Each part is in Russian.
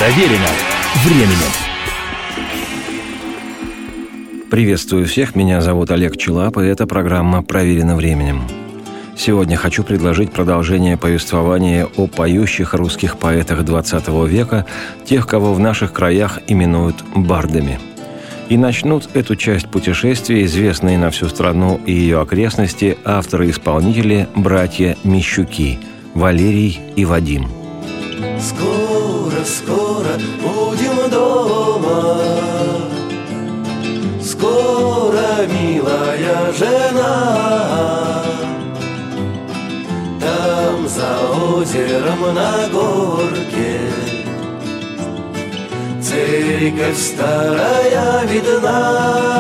Проверено временем. Приветствую всех, меня зовут Олег Челап, и это программа «Проверено временем». Сегодня хочу предложить продолжение повествования о поющих русских поэтах XX века, тех, кого в наших краях именуют бардами. И начнут эту часть путешествия известные на всю страну и ее окрестности авторы-исполнители братья Мищуки Валерий и Вадим. Скоро будем дома, скоро, милая жена. Там за озером на горке церковь старая видна.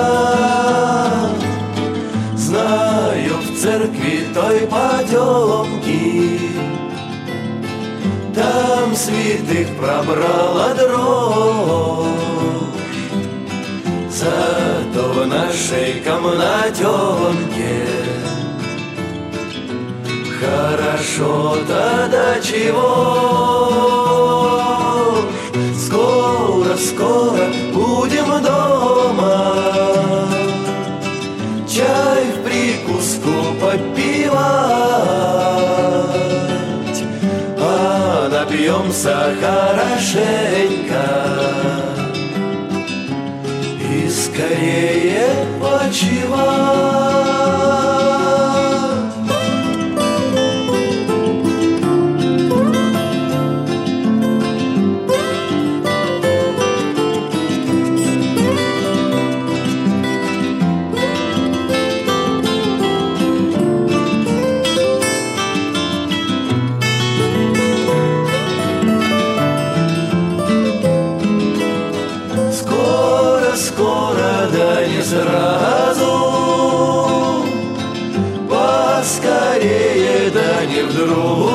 Знаю, в церкви той потемки там святых пробрала дрожь. Зато в нашей комнатенке хорошо-то до чего. Скоро будем дома, чай в прикуску попивать, а напьемся хорошенько и скорее почивать. Сразу, поскорее, да не вдруг.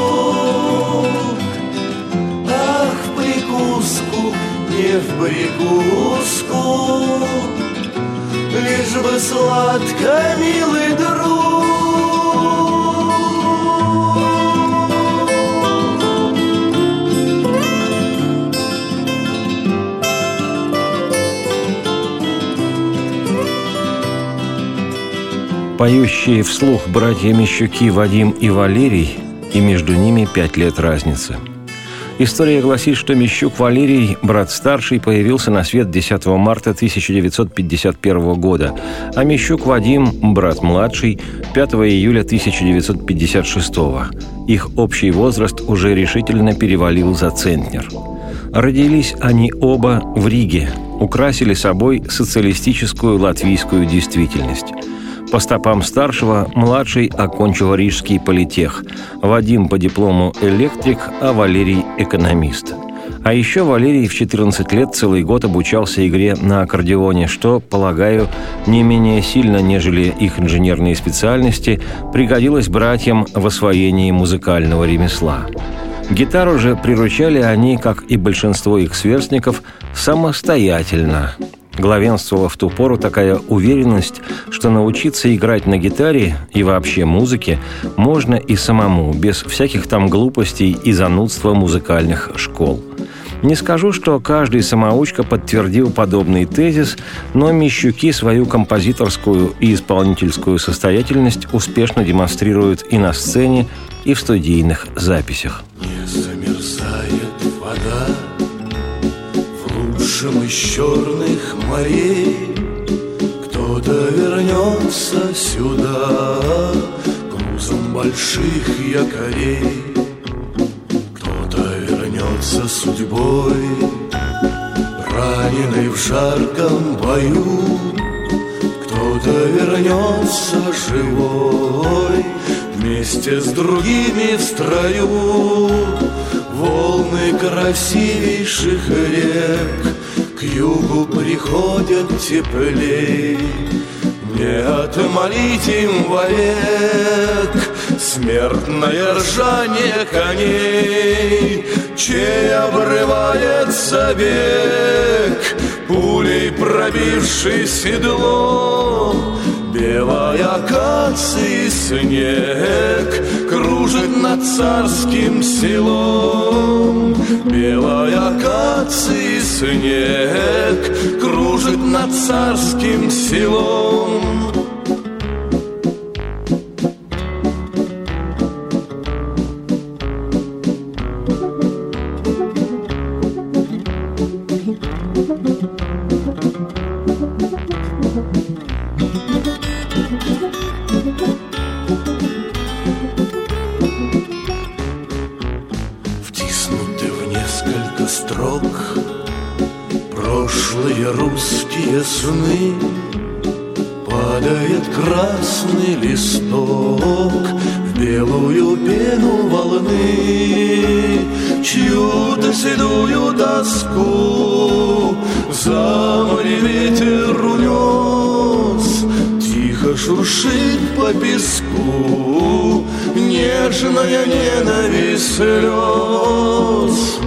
Ах, в прикуску, не в прикуску, лишь бы сладко, милый друг. Поющие вслух братья Мищуки Вадим и Валерий, и между ними 5 лет разницы. История гласит, что Мищук Валерий, брат старший, появился на свет 10 марта 1951 года, а Мищук Вадим, брат младший, 5 июля 1956. Их общий возраст уже решительно перевалил за центнер. Родились они оба в Риге, украсили собой социалистическую латвийскую действительность. По стопам старшего младший окончил Рижский политех, Вадим по диплому электрик, а Валерий экономист. А еще Валерий в 14 лет целый год обучался игре на аккордеоне, что, полагаю, не менее сильно, нежели их инженерные специальности, пригодилось братьям в освоении музыкального ремесла. Гитару же приручали они, как и большинство их сверстников, самостоятельно. Главенствовала в ту пору такая уверенность, что научиться играть на гитаре и вообще музыке можно и самому, без всяких там глупостей и занудства музыкальных школ. Не скажу, что каждый самоучка подтвердил подобный тезис, но Мищуки свою композиторскую и исполнительскую состоятельность успешно демонстрируют и на сцене, и в студийных записях. Не замерзает вода в лучшем из черных морей. Кто-то вернется сюда грузом больших якорей. Кто-то вернется судьбой, раненый в жарком бою. Кто-то вернется живой вместе с другими в строю. Волны красивейших рек к югу приходят теплей. Не отмолить им вовек смертное ржание коней, чей обрывается бег, пулей пробивший седло. Белой акации снег кружит над царским селом. белой акации снег кружит над царским селом. Втиснуты в несколько строк прошлые русские сны. Падает красный листок в белую пену волны, чью-то седую тоску за море ветер унес. Тихо шуршит по песку нежная ненависть слез.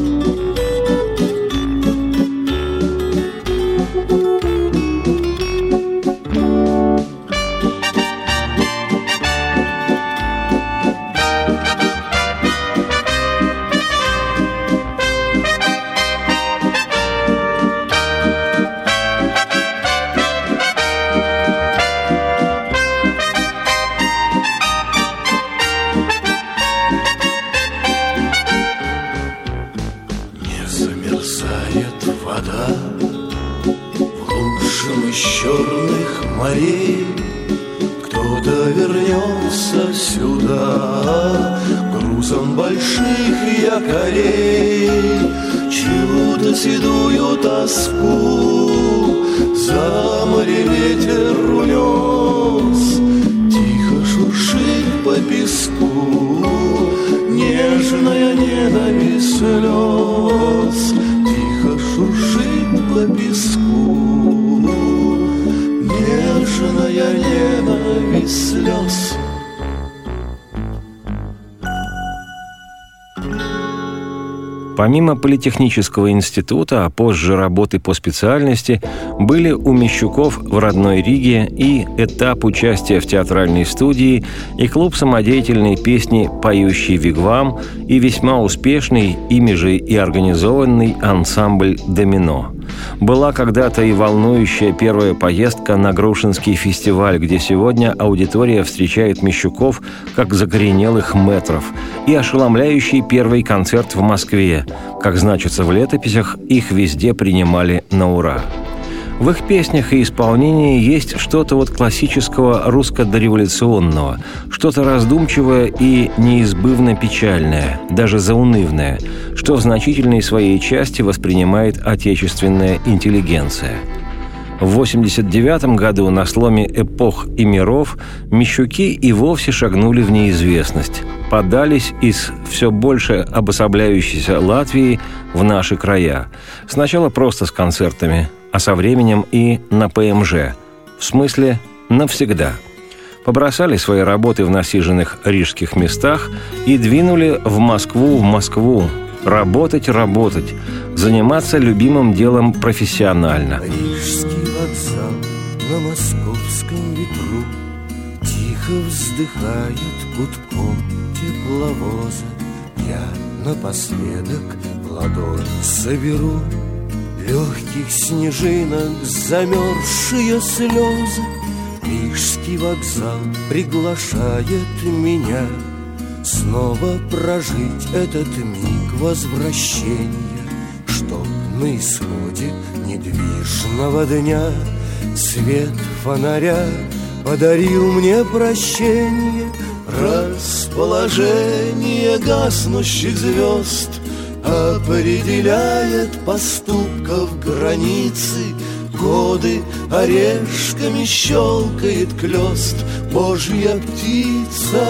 Замерзает вода в лучшем из черных морей. Кто-то вернется сюда грузом больших якорей, чью-то седую тоску за море ветер унес. Тихо шуршит по песку нежная ненависть слез. Тихо шуршит по песку нежная ненависть слез. Помимо Политехнического института, а позже работы по специальности, были у Мищуков в родной Риге и этап участия в театральной студии, и клуб самодеятельной песни «Поющий вигвам», и весьма успешный, ими же и организованный ансамбль «Домино». Была когда-то и волнующая первая поездка на Грушинский фестиваль, где сегодня аудитория встречает Мищуков как закоренелых мэтров, и ошеломляющий первый концерт в Москве. Как значится в летописях, их везде принимали на ура. В их песнях и исполнении есть что-то вот классического русско-дореволюционного, что-то раздумчивое и неизбывно печальное, даже заунывное, что в значительной своей части воспринимает отечественная интеллигенция. В 1989 году на сломе эпох и миров Мищуки и вовсе шагнули в неизвестность, подались из все больше обособляющейся Латвии в наши края. Сначала просто с концертами, а со временем и на ПМЖ. В смысле, навсегда. Побросали свои работы в насиженных рижских местах и двинули в Москву, работать, заниматься любимым делом профессионально. Рижский вокзал на московском ветру тихо вздыхает гудком тепловоза. Я напоследок в ладонь соберу легких снежинок замерзшие слезы. Рижский вокзал приглашает меня снова прожить этот миг возвращения, чтоб на исходе недвижного дня свет фонаря подарил мне прощение. Расположение гаснущих звезд определяет поступков границы. Годы орешками щелкает клёст Божья птица.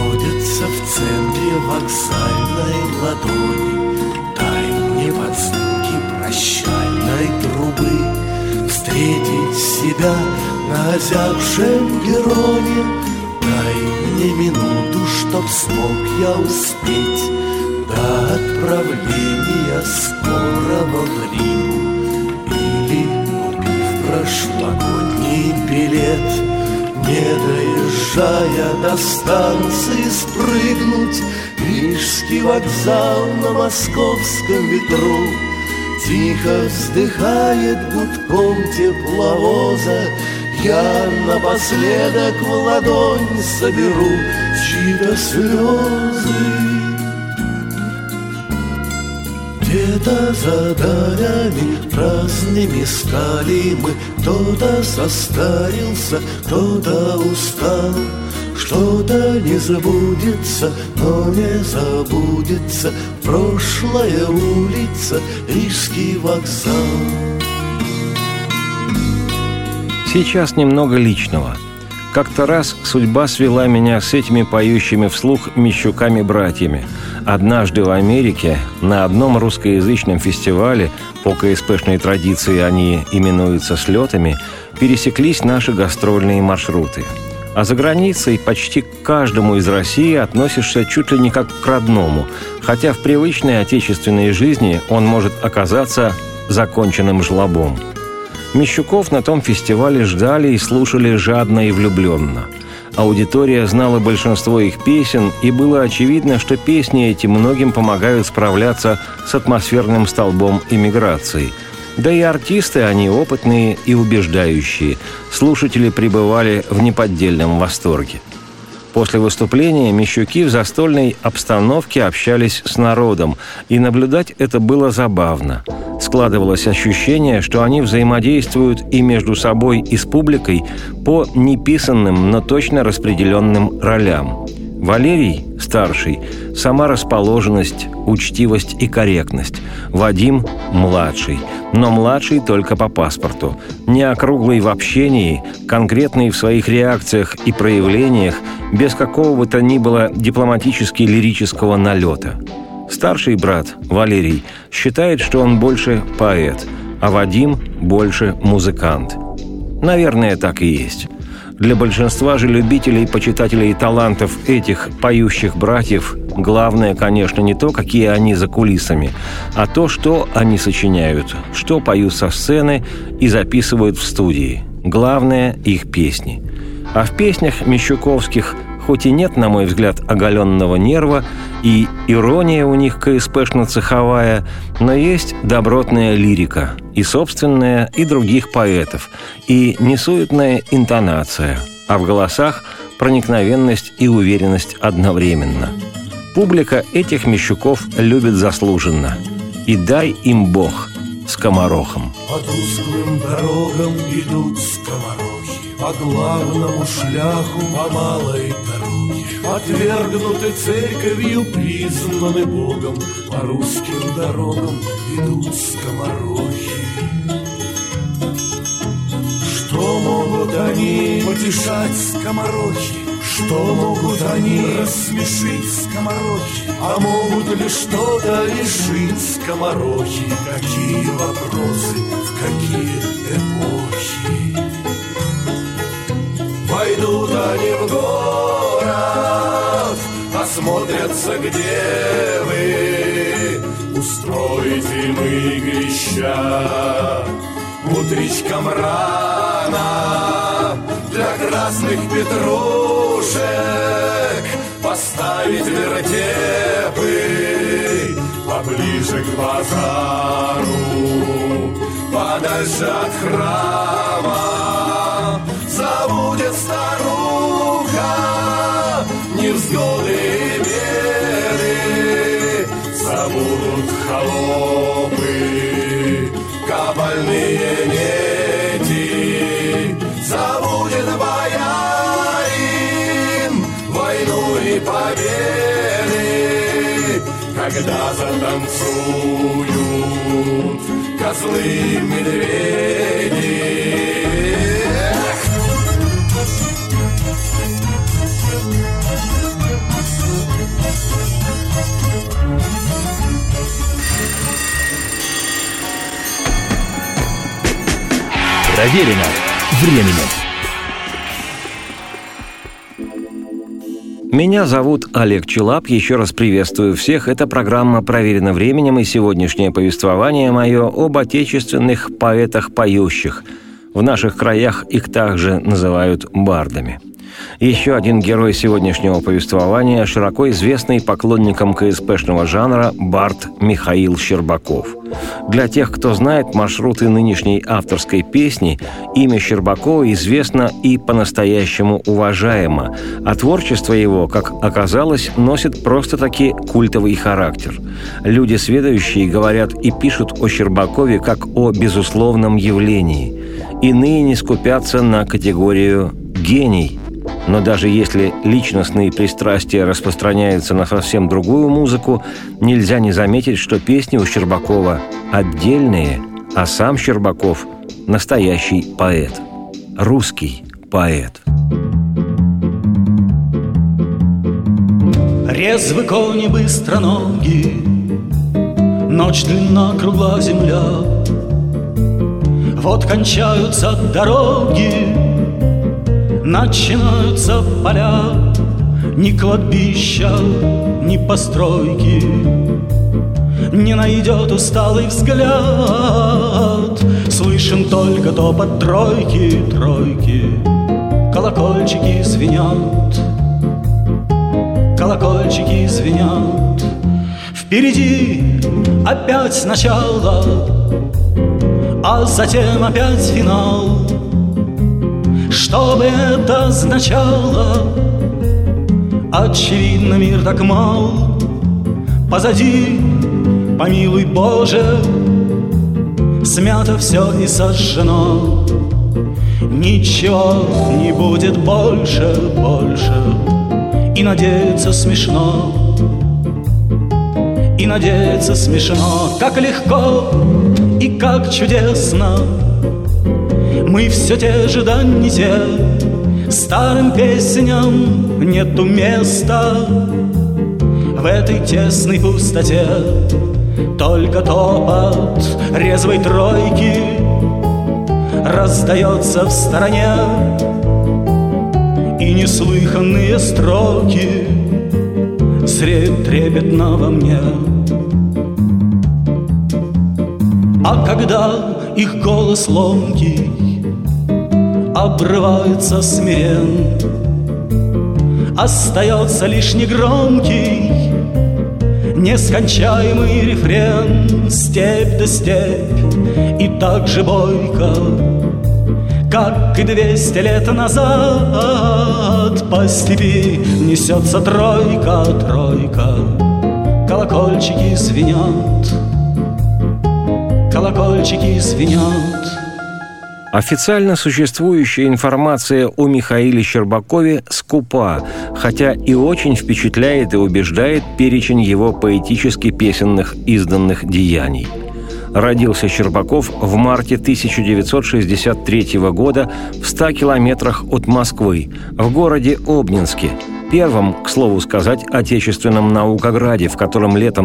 В центре вокзальной ладони дай мне поцелуй тебя на озябшем перроне. Дай мне минуту, чтоб смог я успеть до отправления скорого в Рим. Или, купив прошлогодний билет, не доезжая до станции, спрыгнуть Рижский вокзал на московском ветру. Тихо вздыхает гудком тепловоза, я напоследок в ладонь соберу чьи-то слезы. Где-то за далями разными стали мы, кто-то состарился, кто-то устал. Что-то не забудется, но не забудется прошлая улица, Рижский вокзал. Сейчас немного личного. Как-то раз судьба свела меня с этими поющими вслух Мищуками-братьями. Однажды в Америке на одном русскоязычном фестивале, по КСПшной традиции они именуются слетами, пересеклись наши гастрольные маршруты. А за границей почти к каждому из России относишься чуть ли не как к родному, хотя в привычной отечественной жизни он может оказаться законченным жлобом. Мищуков на том фестивале ждали и слушали жадно и влюбленно. Аудитория знала большинство их песен, и было очевидно, что песни эти многим помогают справляться с атмосферным столбом эмиграции. Да и артисты они опытные и убеждающие. Слушатели пребывали в неподдельном восторге. После выступления Мищуки в застольной обстановке общались с народом, и наблюдать это было забавно. Складывалось ощущение, что они взаимодействуют и между собой, и с публикой по неписанным, но точно распределенным ролям. Валерий, старший, сама расположенность, учтивость и корректность. Вадим, младший, но младший только по паспорту. Не округлый в общении, конкретный в своих реакциях и проявлениях, без какого бы то ни было дипломатически-лирического налета. Старший брат, Валерий, считает, что он больше поэт, а Вадим больше музыкант. Наверное, так и есть. Для большинства же любителей, почитателей талантов этих поющих братьев главное, конечно, не то, какие они за кулисами, а то, что они сочиняют, что поют со сцены и записывают в студии. Главное – их песни. А в песнях мищуковских хоть и нет, на мой взгляд, оголенного нерва, и ирония у них КСПшно-цеховая, но есть добротная лирика, и собственная, и других поэтов, и несуетная интонация, а в голосах проникновенность и уверенность одновременно. Публика этих Мищуков любит заслуженно. И дай им Бог скоморохам. По тусклым дорогам идут скоморохи, по главному шляху, по малой дороге. Отвергнуты церковью, признаны Богом, по русским дорогам идут скоморохи. Что могут они потешать, скоморохи? Что могут они рассмешить, скоморохи? А могут ли что-то решить, скоморохи? Какие вопросы, в какие эпохи? Войдут они в город, осмотрятся, где вы. Устроите им игрища утречком рано, для красных петрушек поставить вертепы поближе к базару, подальше от храма. Забудет старуха невзгоды и беды, забудут холопы кабальные нети, забудет боярин войну и победы, когда затанцуют козлы и медведи. Проверено временем. Меня зовут Олег Челап. Еще раз приветствую всех. Это программа «Проверено временем», и сегодняшнее повествование мое об отечественных поэтах-поющих. В наших краях их также называют бардами. Еще один герой сегодняшнего повествования – широко известный поклонникам КСПшного жанра бард Михаил Щербаков. Для тех, кто знает маршруты нынешней авторской песни, имя Щербакова известно и по-настоящему уважаемо, а творчество его, как оказалось, носит просто-таки культовый характер. Люди сведущие говорят и пишут о Щербакове как о безусловном явлении. Иные не скупятся на категорию «гений». Но даже если личностные пристрастия распространяются на совсем другую музыку, нельзя не заметить, что песни у Щербакова отдельные, а сам Щербаков – настоящий поэт, русский поэт. Резвы кони, быстро ноги, ночь длинна, кругла земля. Вот кончаются дороги, начинаются поля, ни кладбища, ни постройки не найдет усталый взгляд. Слышен только топот тройки, колокольчики звенят, колокольчики звенят. Впереди опять начало, а затем опять финал. Что бы это означало? Очевидно, мир так мал. Позади, помилуй Боже, смято все и сожжено. Ничего не будет больше. И надеяться смешно. И надеяться смешно. Как легко и как чудесно мы все те же, да не те. Старым песням нету места в этой тесной пустоте. Только топот резвой тройки раздается в стороне, и неслыханные строки зреют трепетно во мне. А когда их голос ломкий обрывается смирен, остается лишь негромкий, нескончаемый рефрен. Степь да степь, и так же бойко, как и 200 лет назад, по степи несется тройка, колокольчики звенят, колокольчики звенят. Официально существующая информация о Михаиле Щербакове скупа, хотя и очень впечатляет и убеждает перечень его поэтически-песенных изданных деяний. Родился Щербаков в марте 1963 года в 100 километрах от Москвы, в городе Обнинске, первом, к слову сказать, отечественном наукограде, в котором летом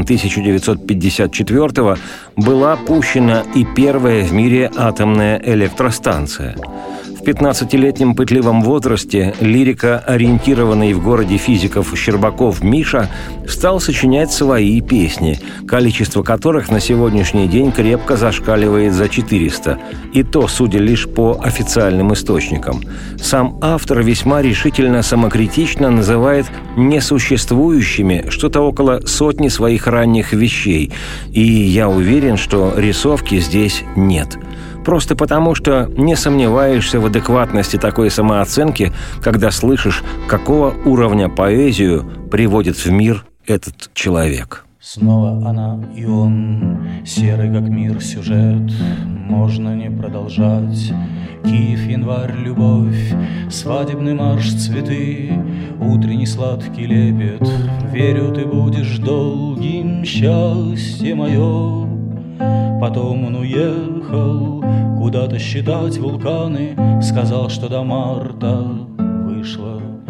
1954-го была пущена и первая в мире атомная электростанция. В 15-летнем пытливом возрасте лирико-ориентированный в городе физиков Щербаков Миша стал сочинять свои песни, количество которых на сегодняшний день крепко зашкаливает за 400, и то, судя лишь по официальным источникам. Сам автор весьма решительно самокритично называет несуществующими что-то около сотни своих ранних вещей, и я уверен, что рисовки здесь нет. Просто потому, что не сомневаешься в адекватности такой самооценки, когда слышишь, какого уровня поэзию приводит в мир этот человек. Снова она и он, серый как мир сюжет, можно не продолжать. Киев, январь, любовь, свадебный марш, цветы, утренний сладкий лепет. Верю, ты будешь долгим, счастье мое. Потом он уехал куда-то считать вулканы, сказал, что до марта вышло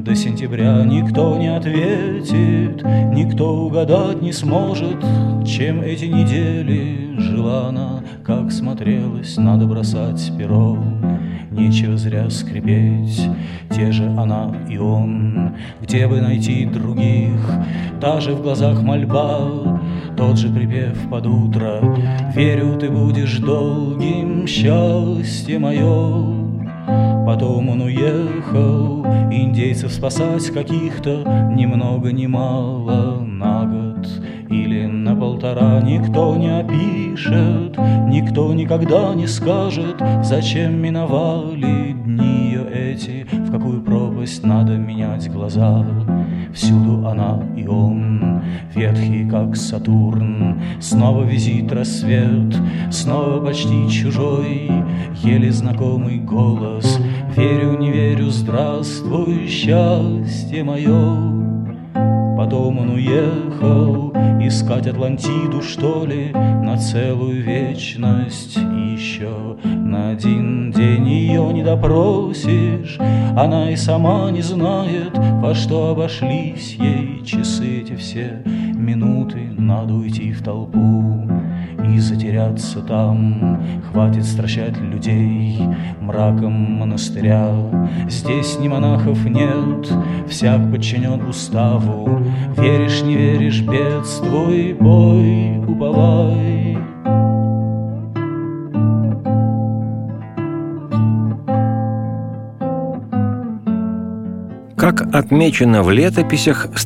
До сентября никто не ответит, никто угадать не сможет, чем эти недели жила она, как смотрелась, надо бросать перо. Нечего зря скрипеть, те же она и он, где бы найти других, та же в глазах мольба, тот же припев под утро. Верю, ты будешь долгим, счастье мое. Потом он уехал, индейцев спасать каких-то ни много ни мало на год или на полтора. Никто не опишет, никто никогда не скажет, зачем миновали дни ее эти, в какую пропасть надо менять глаза. Всюду она и он, ветхий как Сатурн. Снова визит рассвет, снова почти чужой, еле знакомый голос. Верю, не верю, здравствуй, счастье мое. Потом он уехал искать Атлантиду, что ли, на целую вечность. Еще на один день ее не допросишь, она и сама не знает, во что обошлись ей часы эти все. Минуты надо уйти в толпу и затеряться там. Хватит стращать людей мраком монастыря. Здесь ни монахов нет, всяк подчинен уставу. Веришь, не веришь, бедствуй, бой, уповай. Как отмечено в летописях, с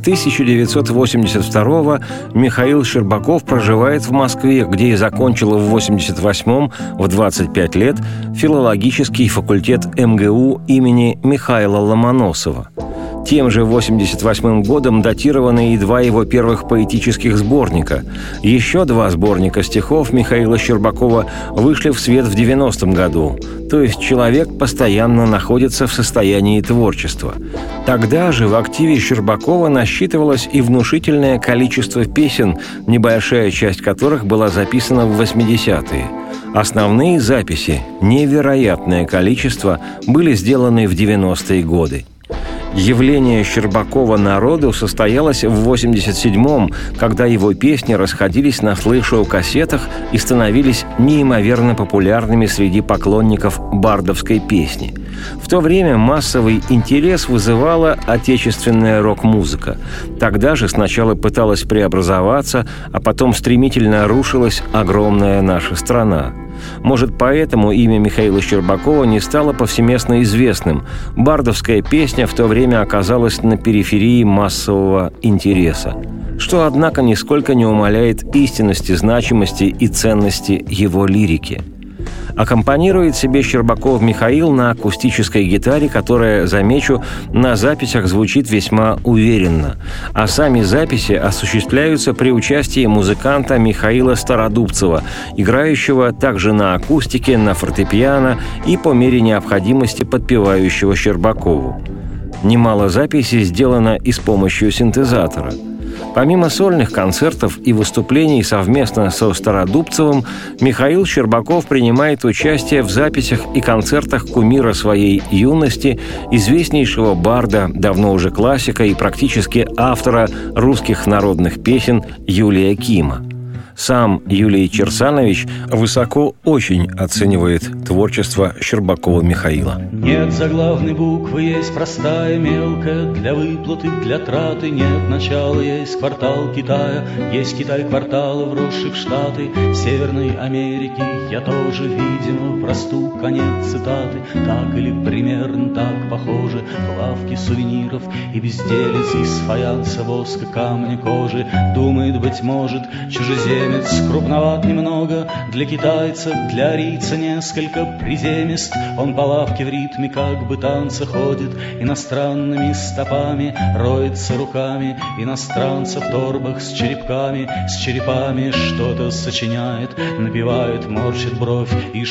1982-го Михаил Щербаков проживает в Москве, где и закончил в 1988-м, в 25 лет, филологический факультет МГУ имени Михаила Ломоносова. Тем же 1988 годом датированы и два его первых поэтических сборника. Еще два сборника стихов Михаила Щербакова вышли в свет в 90-м году. То есть человек постоянно находится в состоянии творчества. Тогда же в активе Щербакова насчитывалось и внушительное количество песен, небольшая часть которых была записана в 80-е. Основные записи, невероятное количество, были сделаны в 90-е годы. Явление Щербакова народу состоялось в 87-м, когда его песни расходились на слышал-кассетах и становились неимоверно популярными среди поклонников бардовской песни. В то время массовый интерес вызывала отечественная рок-музыка. Тогда же сначала пыталась преобразоваться, а потом стремительно рушилась огромная наша страна. Может, поэтому имя Михаила Щербакова не стало повсеместно известным. Бардовская песня в то время оказалась на периферии массового интереса, что, однако, нисколько не умаляет истинности, значимости и ценности его лирики. Аккомпанирует себе Щербаков Михаил на акустической гитаре, которая, замечу, на записях звучит весьма уверенно. А сами записи осуществляются при участии музыканта Михаила Стародубцева, играющего также на акустике, на фортепиано и по мере необходимости подпевающего Щербакову. Немало записей сделано и с помощью синтезатора. Помимо сольных концертов и выступлений совместно со Стародубцевым, Михаил Щербаков принимает участие в записях и концертах кумира своей юности, известнейшего барда, давно уже классика и практически автора русских народных песен Юлия Кима. Сам Юлий Черсанович высоко очень оценивает творчество Щербакова Михаила. Нет заглавной буквы, есть простая мелкая, для выплаты, для траты. Нет начала, есть квартал Китая, есть Китай квартала, вросший в Штаты Северной Америки. Я тоже, видимо, просту, конец цитаты. Так или примерно так похоже в лавке сувениров и безделец из фаянса, воска, камня, кожи. Думает, быть может, чужеземец крупноват немного, для китайца, для арийца несколько приземист. Он по лавке в ритме как бы танца ходит, иностранными стопами роется руками. Иностранца в торбах с черепами, с черепами что-то сочиняет, напевает, морщит бровь и шевелит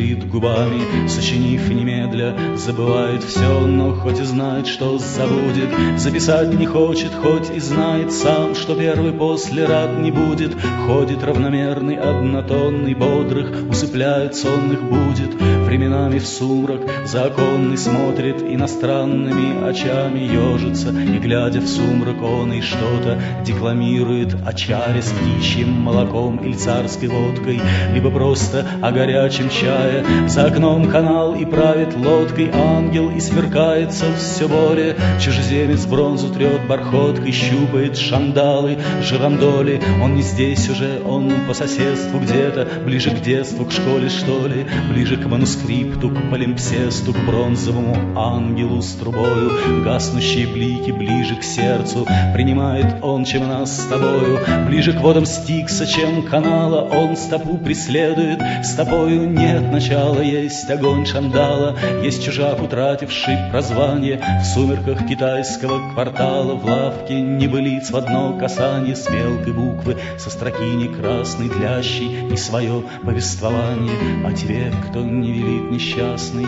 шевелит губами, сочинив немедля, забывает все, но хоть и знает, что забудет, записать не хочет, хоть и знает сам, что первый после рад не будет. Ходит равномерный, однотонный, бодрых усыпляет, сонных будет. Временами в сумрак законный смотрит иностранными очами, ежится, и, глядя в сумрак, он и что-то декламирует о чаре с птичьим молоком или царской водкой, либо просто о горячем чае. За окном канал и правит лодкой ангел, и сверкается все более. Чужеземец бронзу трет бархоткой, щупает шандалы, жирандоли. Он не здесь уже, он по соседству где-то, ближе к детству, к школе, что ли, ближе к манускрипту, к полимпсесту, к бронзовому ангелу с трубою. Гаснущие блики ближе к сердцу принимает он, чем нас с тобою. Ближе к водам Стикса, чем канала, он стопу преследует, стопою нет начала. Есть огонь шандала, есть чужак, утративший прозвание в сумерках китайского квартала. В лавке небылиц в одно касание с мелкой буквы, со строки не красной, длящей не свое повествование о тебе, кто не велит несчастный.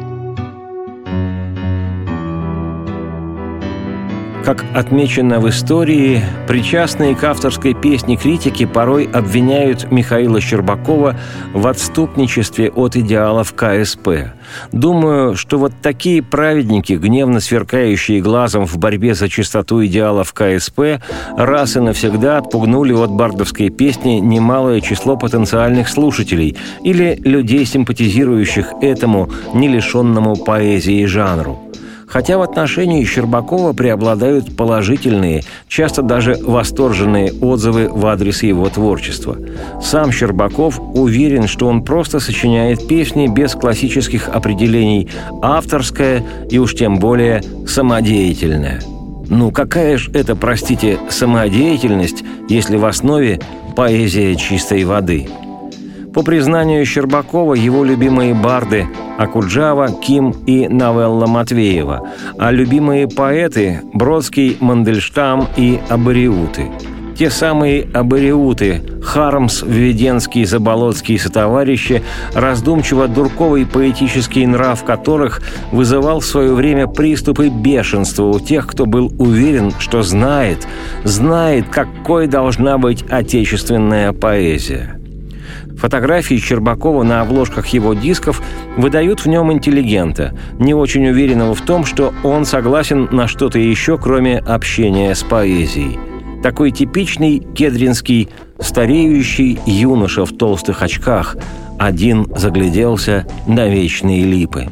Как отмечено в истории, причастные к авторской песне критики порой обвиняют Михаила Щербакова в отступничестве от идеалов КСП. Думаю, что вот такие праведники, гневно сверкающие глазом в борьбе за чистоту идеалов КСП, раз и навсегда отпугнули от бардовской песни немалое число потенциальных слушателей или людей, симпатизирующих этому не лишенному поэзии жанру. Хотя в отношении Щербакова преобладают положительные, часто даже восторженные отзывы в адрес его творчества. Сам Щербаков уверен, что он просто сочиняет песни без классических определений, авторское и уж тем более самодеятельное. Ну какая ж это, простите, самодеятельность, если в основе поэзия чистой воды? По признанию Щербакова, его любимые барды – Окуджава, Ким и Новелла Матвеева, а любимые поэты – Бродский, Мандельштам и Абариуты. Те самые абариуты – Хармс, Введенский, Заболоцкий и сотоварищи, раздумчиво-дурковый поэтический нрав которых вызывал в свое время приступы бешенства у тех, кто был уверен, что знает, какой должна быть отечественная поэзия. Фотографии Щербакова на обложках его дисков выдают в нем интеллигента, не очень уверенного в том, что он согласен на что-то еще, кроме общения с поэзией. Такой типичный кедринский стареющий юноша в толстых очках, один загляделся на вечные липы.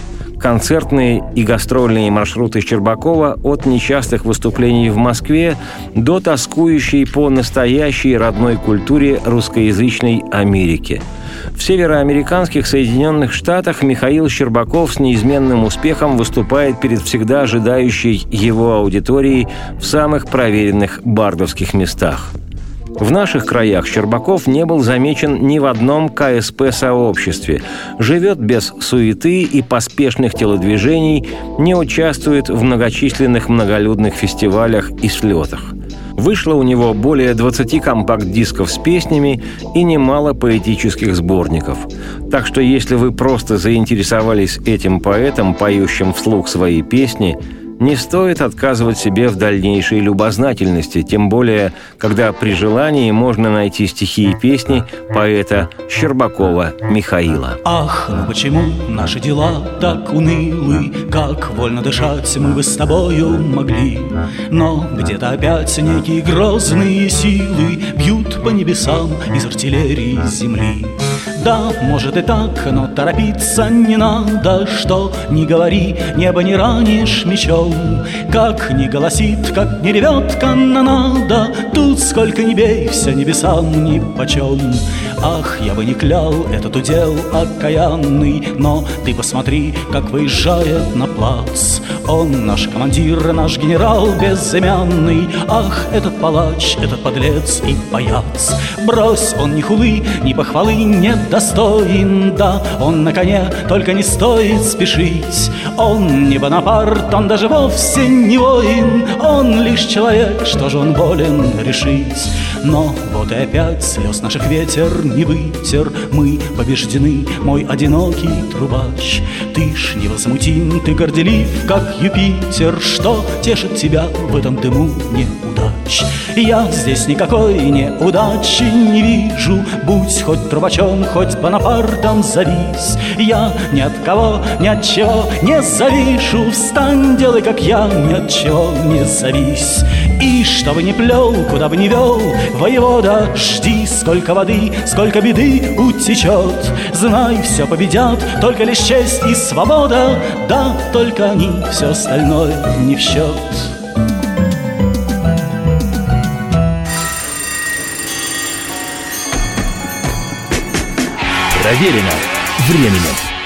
Концертные и гастрольные маршруты Щербакова от нечастых выступлений в Москве до тоскующей по настоящей родной культуре русскоязычной Америки. В североамериканских Соединенных Штатах Михаил Щербаков с неизменным успехом выступает перед всегда ожидающей его аудиторией в самых проверенных бардовских местах. В наших краях Щербаков не был замечен ни в одном КСП-сообществе, живет без суеты и поспешных телодвижений, не участвует в многочисленных многолюдных фестивалях и слетах. Вышло у него более 20 компакт-дисков с песнями и немало поэтических сборников. Так что если вы просто заинтересовались этим поэтом, поющим вслух свои песни, не стоит отказывать себе в дальнейшей любознательности, тем более, когда при желании можно найти стихи и песни поэта Щербакова Михаила. Ах, ну почему наши дела так унылы, как вольно дышать мы бы с тобою могли, но где-то опять некие грозные силы бьют по небесам из артиллерии земли. Да, может и так, но торопиться не надо, что ни говори, небо не ранишь мечом. Как ни голосит, как ни ревет канонада, тут сколько ни бей, все небесам нипочем. Ах, я бы не клял этот удел окаянный, но ты посмотри, как выезжает на плац. Он наш командир, наш генерал безымянный. Ах, этот палач, этот подлец и паяц. Брось, он ни хулы, ни похвалы не достоин. Да, он на коне, только не стоит спешить. Он не Бонапарт, он даже вовсе не воин. Он лишь человек, что же он волен решить. Но Вот и опять слез наших ветер не вытер. Мы побеждены, мой одинокий трубач. Ты ж невозмутим, ты горделив, как Юпитер. Что тешит тебя в этом дыму неудач? Я здесь никакой неудачи не вижу. Будь хоть трубачом, хоть Бонапартом завись. Я ни от кого, ни от чего не завишу. Встань, делай, как я, ни от чего не завись. И что бы ни плел, куда бы ни вел, воевода, жди, сколько воды, сколько беды утечет. Знай, все победят, только лишь честь и свобода. Да, только они, все остальное не в счет. Проверено временем.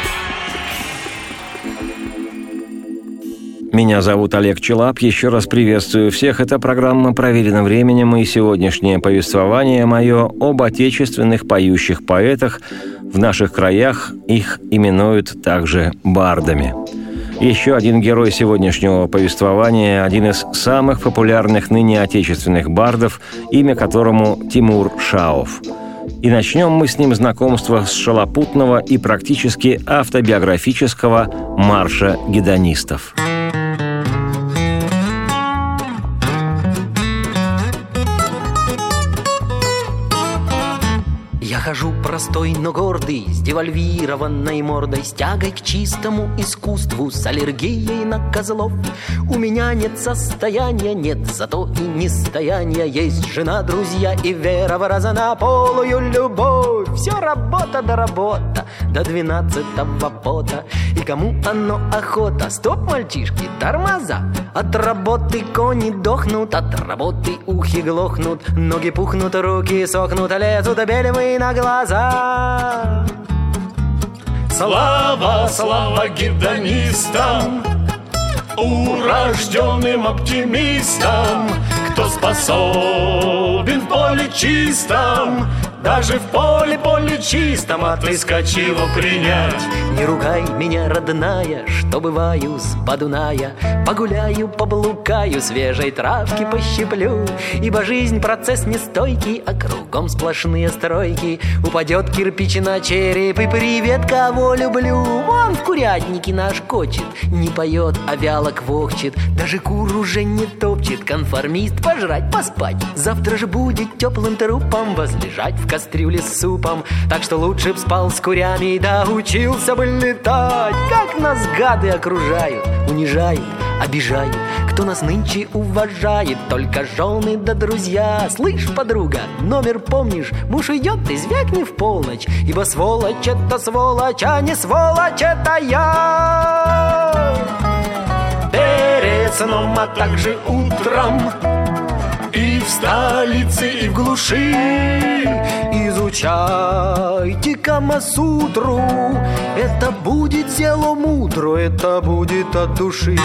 Меня зовут Олег Челап. Еще раз приветствую всех. Это программа «Проверено временем», и сегодняшнее повествование мое об отечественных поющих поэтах. В наших краях их именуют также бардами. Еще один герой сегодняшнего повествования, один из самых популярных ныне отечественных бардов, имя которому Тимур Шаов. И начнем мы с ним знакомство с шалопутного и практически автобиографического марша гедонистов. Я хожу простой, но гордый, с девальвированной мордой, с тягой к чистому искусству, с аллергией на козлов. У меня нет состояния, нет зато и нестояния. Есть жена, друзья и вера в разнополую любовь. Все работа да работа, до 12-го пота. И кому оно охота? Стоп, мальчишки, тормоза. От работы кони дохнут, от работы ухи глохнут, ноги пухнут, руки сохнут, лезут белевые на глаза. Слава, слава гедонистам, урожденным оптимистам, кто способен в поле чистом, даже в поле чистом, отыскать его принять. Не ругай меня, родная, что бываю с Подуная. Погуляю, поблукаю, свежей травки пощиплю. Ибо жизнь процесс нестойкий, а кругом сплошные стройки. Упадет кирпич на череп, и привет, кого люблю. Вон в курятнике наш кочет, не поет, а вяло квохчет. Даже кур уже не топчет, конформист, пожрать, поспать. Завтра же будет теплым трупом возлежать в кастрюле с супом. Так что лучше б спал с курями, да учился бы летать. Как нас гады окружают, унижают, обижают. Кто нас нынче уважает? Только жены да друзья. Слышь, подруга, номер помнишь? Муж идет, ты звякни в полночь. Ибо сволочь это сволочь, а не сволочь это я. Перед сном, а также утром, и в столице, и в глуши изучайте Камасутру. Это будет село мудро, это будет от души.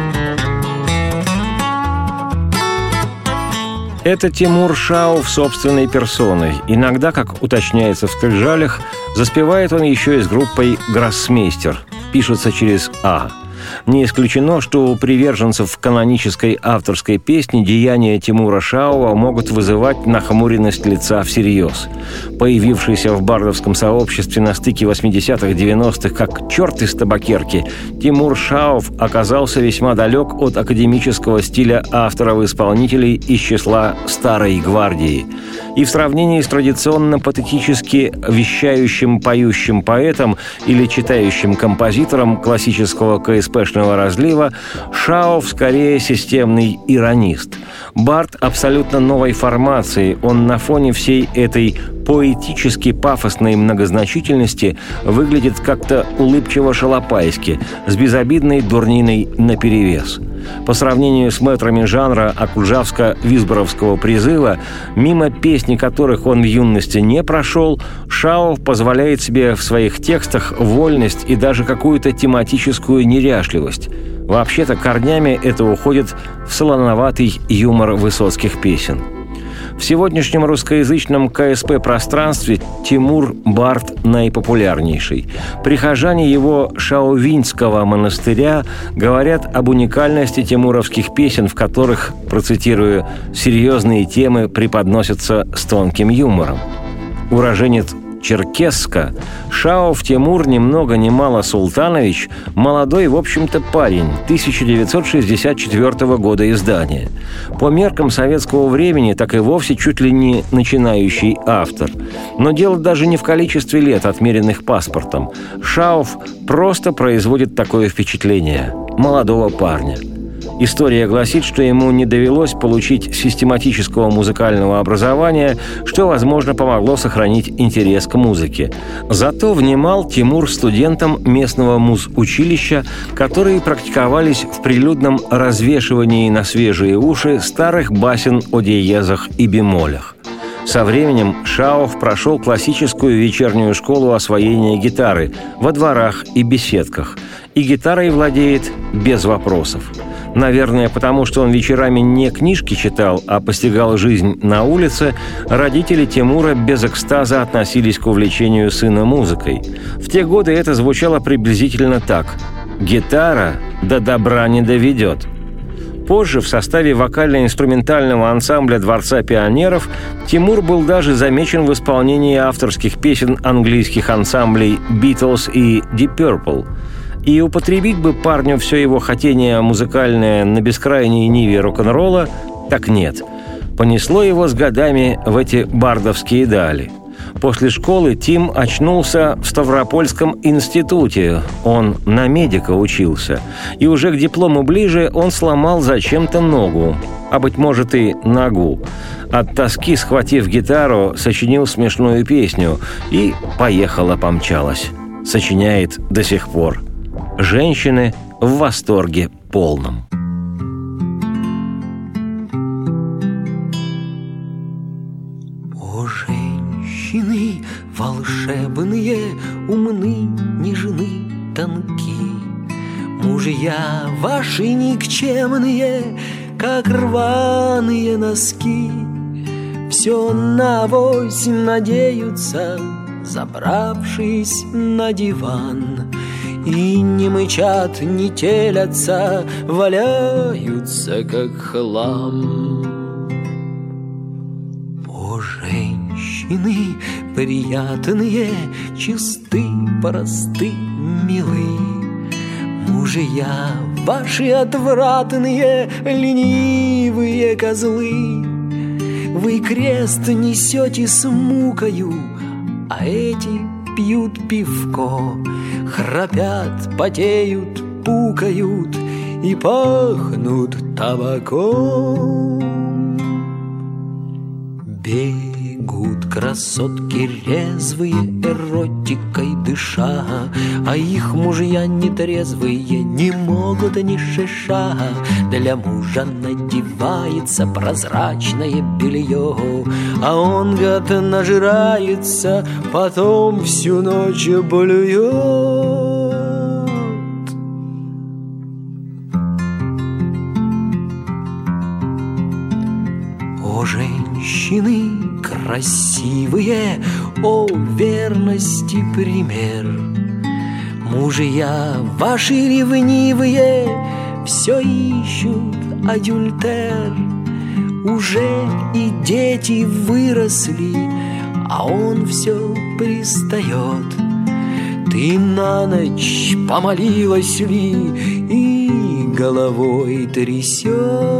Это Тимур Шаов собственной персоной. Иногда, как уточняется в «Скрижалях», заспевает он еще и с группой «Гроссмейстер». Пишется через «А». Не исключено, что у приверженцев канонической авторской песни деяния Тимура Шаова могут вызывать нахмуренность лица всерьез. Появившийся в бардовском сообществе на стыке 80-х, 90-х как черт из табакерки, Тимур Шаов оказался весьма далек от академического стиля авторов-исполнителей из числа «Старой гвардии». И в сравнении с традиционно патетически вещающим поющим поэтом или читающим композитором классического КСПшного разлива, Шаов скорее системный иронист. Бард абсолютно новой формации. Он на фоне всей этой поэтически пафосной многозначительности выглядит как-то улыбчиво-шалопайски, с безобидной дурниной наперевес. По сравнению с мэтрами жанра акуджавско-визборовского призыва, мимо песни которых он в юности не прошел, Шаов позволяет себе в своих текстах вольность и даже какую-то тематическую неряшливость. Вообще-то корнями это уходит в солоноватый юмор высоцких песен. В сегодняшнем русскоязычном КСП-пространстве Тимур Бард наипопулярнейший. Прихожане его Шаовинского монастыря говорят об уникальности тимуровских песен, в которых, процитирую, «серьезные темы преподносятся с тонким юмором». Уроженец Черкесска, Шаов Тимур ни много ни мало Султанович, молодой, в общем-то, парень, 1964 года издания. По меркам советского времени, так и вовсе чуть ли не начинающий автор. Но дело даже не в количестве лет, отмеренных паспортом. Шаов просто производит такое впечатление молодого парня. История гласит, что ему не довелось получить систематического музыкального образования, что, возможно, помогло сохранить интерес к музыке. Зато внимал Тимур студентам местного музучилища, которые практиковались в прилюдном развешивании на свежие уши старых басен о диезах и бемолях. Со временем Шаов прошел классическую вечернюю школу освоения гитары во дворах и беседках, и гитарой владеет без вопросов. Наверное, потому что он вечерами не книжки читал, а постигал жизнь на улице, родители Тимура без экстаза относились к увлечению сына музыкой. В те годы это звучало приблизительно так: «Гитара до добра не доведет». Позже в составе вокально-инструментального ансамбля Дворца пионеров Тимур был даже замечен в исполнении авторских песен английских ансамблей «Beatles» и «Deep Purple». И употребить бы парню все его хотение музыкальное на бескрайней ниве рок-н-ролла, так нет. Понесло его с годами в эти бардовские дали. После школы Тим очнулся в Ставропольском институте. Он на медика учился. И уже к диплому ближе он сломал зачем-то ногу, а, быть может, и ногу. От тоски, схватив гитару, сочинил смешную песню и «Поехала-помчалась». Сочиняет до сих пор. Женщины в восторге полном. О, женщины волшебные, умны, нежны, тонки, мужья ваши никчемные, как рваные носки, все навось надеются, забравшись на диван. И не мычат, не телятся, валяются, как хлам. О, женщины приятные, чисты, просты, милы, мужья ваши отвратные, ленивые козлы. Вы крест несете с мукою, а эти пьют пивко, храпят, потеют, пукают и пахнут табаком. Бегут красотки резвые, эротикой дыша, а их мужья нетрезвые не могут ни шиша. Для мужа надевается прозрачное белье, а он, гад, нажирается, потом всю ночь блюет. О, женщины красивые, о, верности пример, мужья ваши ревнивые все ищут адюльтер. Уже и дети выросли, а он все пристает. Ты на ночь помолилась ли и головой трясет?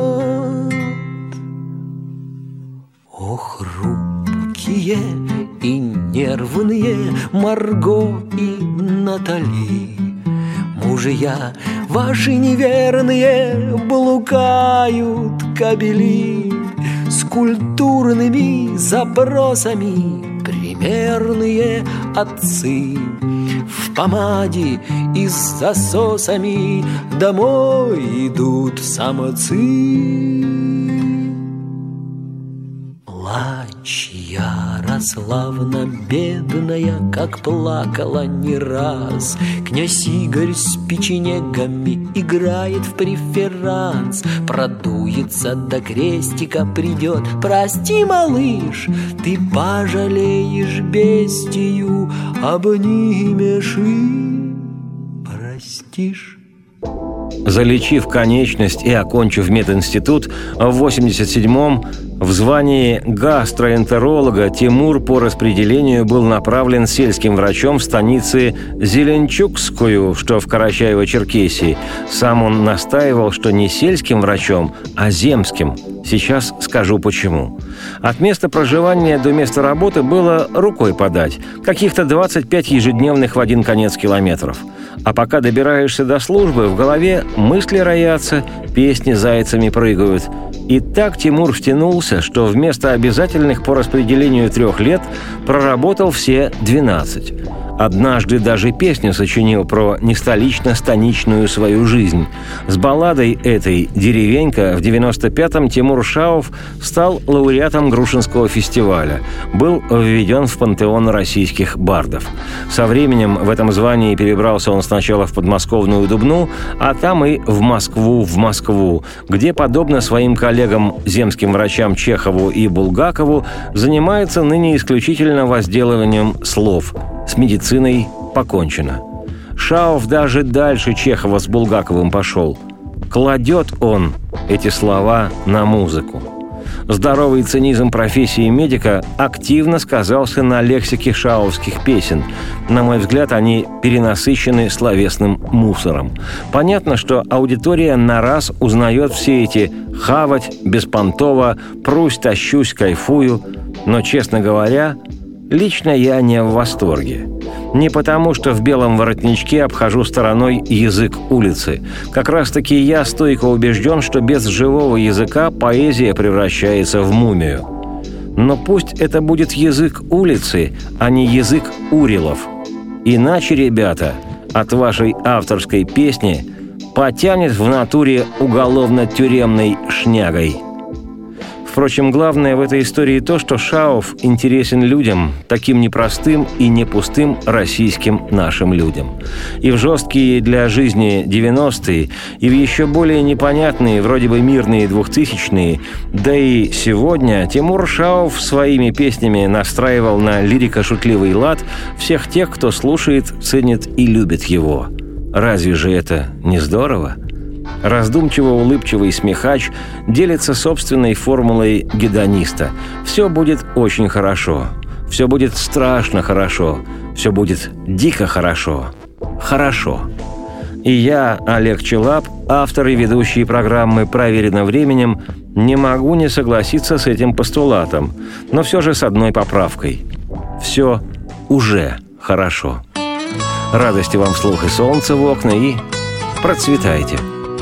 О, хрупкие и нервные Марго и Натали, мужья ваши неверные блукают кобели с культурными запросами. Примерные отцы в помаде и с засосами домой идут самоцы. Плачь я славно бедная, как плакала не раз. Князь Игорь с печенегами играет в преферанс. Продуется до крестика придет. Прости, малыш, ты пожалеешь бестию, обнимешь и простишь. Залечив конечность и окончив мединститут, в 87-м в звании гастроэнтеролога Тимур по распределению был направлен сельским врачом в станице Зеленчукскую, что в Карачаево-Черкесии. Сам он настаивал, что не сельским врачом, а земским. Сейчас скажу почему. От места проживания до места работы было рукой подать. Каких-то 25 ежедневных в один конец километров. А пока добираешься до службы, в голове мысли роятся, песни зайцами прыгают. И так Тимур втянулся, что вместо обязательных по распределению 3 лет проработал все 12. Однажды даже песню сочинил про нестолично-станичную свою жизнь. С балладой этой «Деревенька» в 95-м Тимур Шаов стал лауреатом Грушинского фестиваля. Был введен в пантеон российских бардов. Со временем в этом звании перебрался он сначала в подмосковную Дубну, а там и в Москву, где, подобно своим коллегам, земским врачам Чехову и Булгакову, занимается ныне исключительно возделыванием слов. С медициной покончено. Шаов даже дальше Чехова с Булгаковым пошел. Кладет он эти слова на музыку. Здоровый цинизм профессии медика активно сказался на лексике шаовских песен. На мой взгляд, они перенасыщены словесным мусором. Понятно, что аудитория на раз узнает все эти «хавать», «беспонтово», «прусь, тащусь, кайфую». Но, честно говоря, лично я не в восторге. Не потому, что в белом воротничке обхожу стороной язык улицы. Как раз-таки я стойко убежден, что без живого языка поэзия превращается в мумию. Но пусть это будет язык улицы, а не язык урилов. Иначе, ребята, от вашей авторской песни потянет в натуре уголовно-тюремной шнягой. Впрочем, главное в этой истории то, что Шаов интересен людям, таким непростым и не пустым российским нашим людям. И в жесткие для жизни 90-е, и в еще более непонятные, вроде бы мирные 2000-е, да и сегодня Тимур Шаов своими песнями настраивал на лирико-шутливый лад всех тех, кто слушает, ценит и любит его. Разве же это не здорово? Раздумчиво-улыбчивый смехач делится собственной формулой гедониста. Все будет очень хорошо. Все будет страшно хорошо. Все будет дико хорошо. Хорошо. И я, Олег Челап, автор и ведущий программы «Проверено временем», не могу не согласиться с этим постулатом, но все же с одной поправкой. Все уже хорошо. Радости вам вслух и солнца в окна, и процветайте.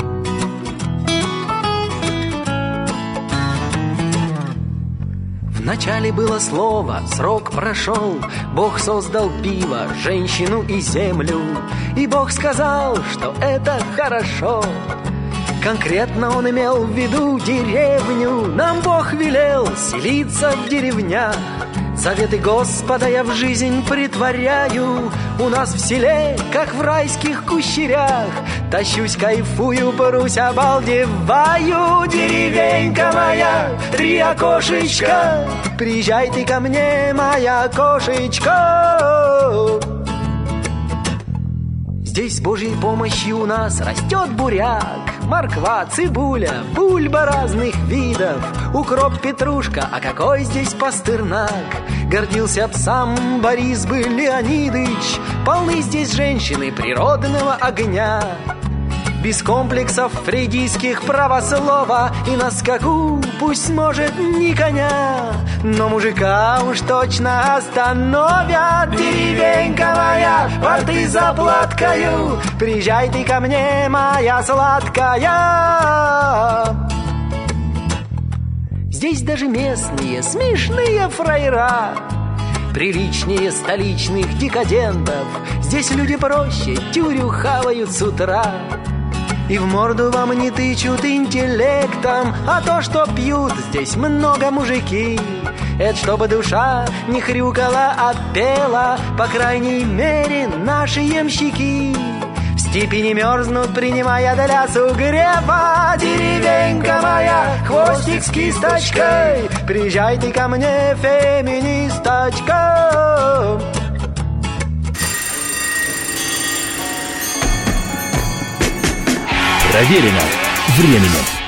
Вначале было слово, срок прошел, Бог создал пиво, женщину и землю, и Бог сказал, что это хорошо. Конкретно он имел в виду деревню, нам Бог велел селиться в деревнях. Заветы Господа я в жизнь притворяю, у нас в селе, как в райских кущерях. Тащусь, кайфую, порусь, обалдеваю. Деревенька моя, 3 окошечка, приезжай ты ко мне, моя кошечка. Здесь с Божьей помощью у нас растет буряк, морква, цибуля, бульба разных видов, укроп, петрушка, а какой здесь пастернак. Гордился б сам Борис бы Леонидыч, полны здесь женщины природного огня. Без комплексов фрейдистских правослова, и на скаку пусть может не коня, но мужика уж точно остановят. Деревенька моя, порты заплаткаю, приезжай ты ко мне, моя сладкая. Здесь даже местные смешные фраера, приличнее столичных декадентов. Здесь люди проще, тюрю хавают с утра. И в морду вам не тычут интеллектом, а то, что пьют здесь много мужики. Это чтобы душа не хрюкала, а пела, по крайней мере, наши ямщики. В степи не мерзнут, принимая для сугрева. Деревенька моя, хвостик с кисточкой, приезжай ты ко мне, феминисточка. Проверено временем.